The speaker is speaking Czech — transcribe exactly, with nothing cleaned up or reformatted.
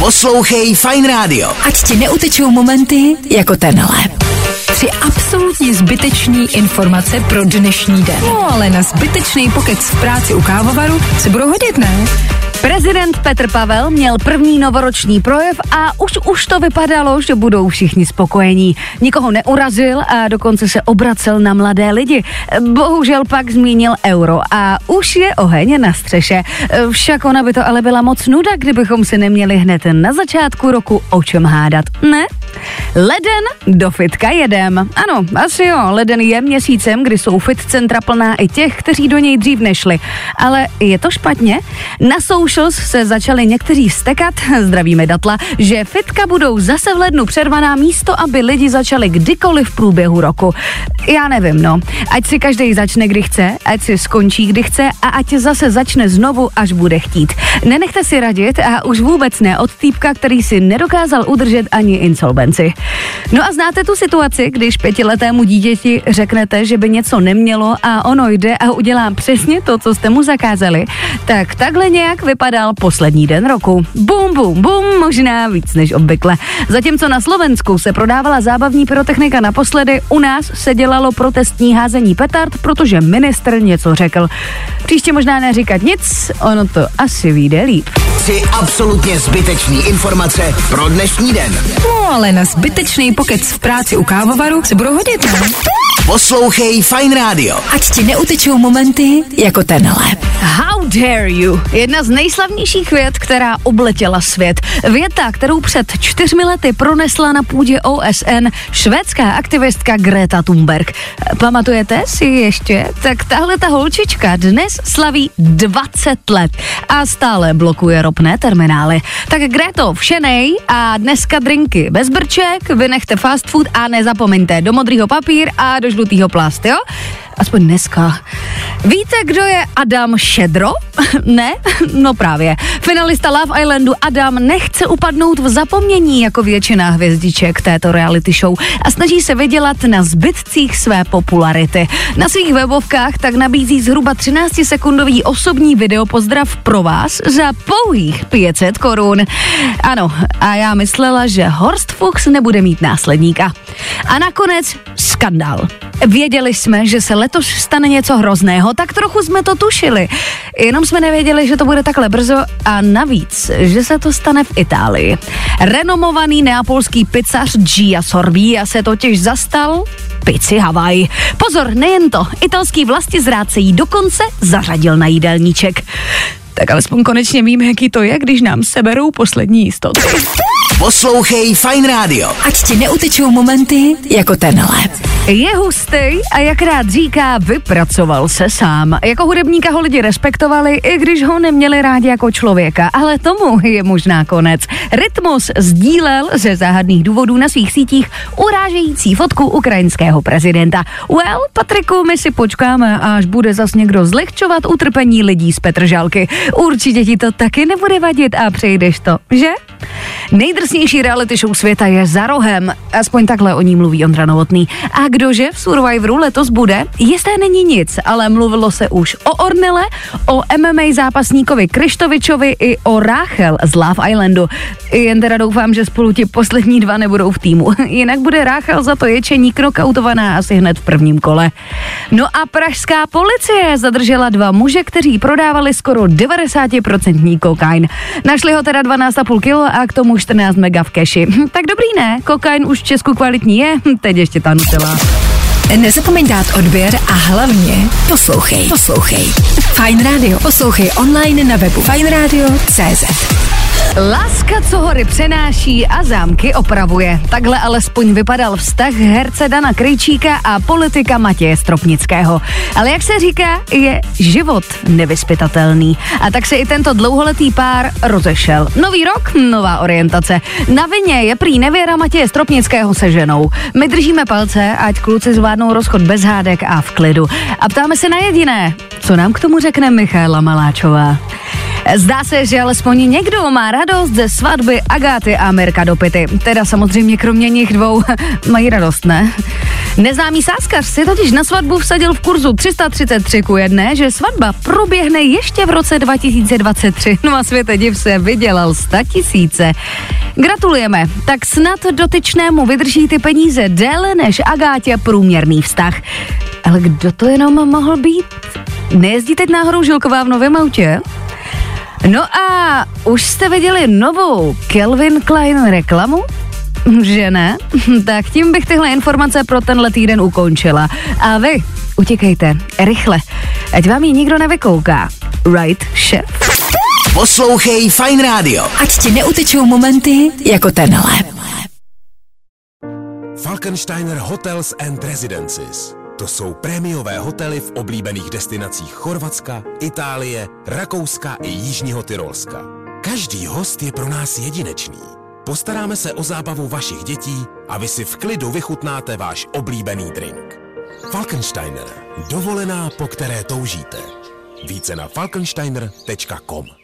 Poslouchej Fajn rádio. Ať ti neutečou momenty jako tenhle. Tři absolutně zbytečný informace pro dnešní den. No ale na zbytečný pokec v práci u kávovaru se budou hodit, ne? Prezident Petr Pavel měl první novoroční projev a už už to vypadalo, že budou všichni spokojení. Nikoho neurazil a dokonce se obracel na mladé lidi. Bohužel pak zmínil euro a už je oheň na střeše. Však ona by to ale byla moc nuda, kdybychom si neměli hned na začátku roku o čem hádat, ne? Leden do fitka jedem. Ano, asi jo, leden je měsícem, kdy jsou fit centra plná i těch, kteří do něj dřív nešli. Ale je to špatně? Na socials se začali někteří stekat, zdravíme Datla, že fitka budou zase v lednu přervaná místo, aby lidi začali kdykoliv v průběhu roku. Já nevím, no. Ať si každý začne, kdy chce, ať si skončí, kdy chce a ať zase začne znovu, až bude chtít. Nenechte si radit a už vůbec ne od týpka, který si nedokázal udržet ani insolvenci. No a znáte tu situaci, když pětiletému dítěti řeknete, že by něco nemělo a ono jde a udělá přesně to, co jste mu zakázali? Tak takhle nějak vypadal poslední den roku. Bum, bum, bum, možná víc než obvykle. Zatímco na Slovensku se prodávala zábavní pyrotechnika naposledy, u nás se dělalo protestní házení petard, protože ministr něco řekl. Příště možná neříkat nic, ono to asi vyjde líp. Tři absolutně zbytečný informace pro dnešní den. No ale na zbytečný pokec v práci u kávovaru se budou hodit, ne? Poslouchej Fajn rádio. Ať ti neutečou momenty jako tenhle. How dare you? Jedna z nejslavnějších vět, která obletěla svět. Věta, kterou před čtyřmi lety pronesla na půdě O S N švédská aktivistka Greta Thunberg. Pamatujete si ještě? Tak tahle ta holčička dnes slaví dvacet let a stále blokuje ropné terminály. Tak Greto, všenej a dneska drinky bez brček, vynechte fast food a nezapomeňte do modrýho papír a do žlutýho plast, jo? Aspoň dneska. Víte, kdo je Adam Šedro? Ne? No právě. Finalista Love Islandu Adam nechce upadnout v zapomnění jako většina hvězdiček této reality show a snaží se vydělat na zbytcích své popularity. Na svých webovkách tak nabízí zhruba třináctisekundový osobní videopozdrav pro vás za pouhých pět set korun. Ano, a já myslela, že Horst Fuchs nebude mít následníka. A nakonec skandál. Věděli jsme, že se letos stane něco hrozného, tak trochu jsme to tušili. Jenom jsme nevěděli, že to bude takhle brzo a navíc, že se to stane v Itálii. Renomovaný neapolský pizzař Gia Sorbia se totiž zastal pici Havaj. Pozor, nejen to, italský vlastizrádce jí dokonce zařadil na jídelníček. Tak alespoň konečně víme, jaký to je, když nám seberou poslední jistoty. Poslouchej Fajn rádio. Ať ti neutečou momenty jako tenhle. Je hustý a jak rád říká, vypracoval se sám. Jako hudebníka ho lidi respektovali, i když ho neměli rádi jako člověka, ale tomu je možná konec. Rytmus sdílel ze záhadných důvodů na svých sítích urážející fotku ukrajinského prezidenta. Well, Patriku, my si počkáme, až bude zas někdo zlehčovat utrpení lidí z Petržalky. Určitě ti to taky nebude vadit a přejdeš to, že? Nejdrsnější reality show světa je za rohem, aspoň takhle o ní mluví Ondra Novotný. A kdože v Survivoru letos bude? Jisté není nic, ale mluvilo se už o Ornele, o M M A zápasníkovi Krištovičovi i o Ráchel z Love Islandu. Jen teda doufám, že spolu ti poslední dva nebudou v týmu. Jinak bude Ráchel za to ječení knockoutovaná asi hned v prvním kole. No a pražská policie zadržela dva muže, kteří prodávali skoro devadesát procent kokain. Našli ho teda dvanáct celá pět kilo a k tomu čtrnáct mega v keši. Tak dobrý, ne? Kokain už v Česku kvalitní je, teď ještě ta Nutella. Nezapomeň dát odběr a hlavně poslouchej. Poslouchej. Fajn rádio. Poslouchej online na webu fajn radio tečka cé zet. Láska, co hory přenáší a zámky opravuje. Takhle alespoň vypadal vztah herce Dana Krejčíka a politika Matěje Stropnického. Ale jak se říká, je život nevyzpytatelný. A tak se i tento dlouholetý pár rozešel. Nový rok, nová orientace. Na vině je prý nevěra Matěje Stropnického se ženou. My držíme palce, ať kluci zvládnou rozchod bez hádek a v klidu. A ptáme se na jediné, co nám k tomu řekne Michaela Maláčová. Zdá se, že alespoň někdo má radost ze svatby Agáty a Mirka Dopity. Teda samozřejmě kromě nich dvou mají radost, ne? Neznámý sázkař si totiž na svatbu vsadil v kurzu tři sta třicet tři ku jedné, že svatba proběhne ještě v roce dva tisíce dvacet tři. No a světe div se vydělal statisíce. Gratulujeme, tak snad dotyčnému vydrží ty peníze déle než Agátě průměrný vztah. Ale kdo to jenom mohl být? Nejezdí teď náhodou Žilková v novém autě? No a už jste viděli novou Calvin Klein reklamu? Že ne? Tak tím bych tyhle informace pro tenhle týden ukončila. A vy, utíkejte, rychle, ať vám ji nikdo nevykouká. Right, šef? Poslouchej Fajn rádio. Ať ti neutečou momenty jako tenhle. Falkensteiner Hotels and Residences. To jsou prémiové hotely v oblíbených destinacích Chorvatska, Itálie, Rakouska i Jižního Tyrolska. Každý host je pro nás jedinečný. Postaráme se o zábavu vašich dětí a vy si v klidu vychutnáte váš oblíbený drink. Falkensteiner. Dovolená, po které toužíte. Více na falkensteiner tečka com.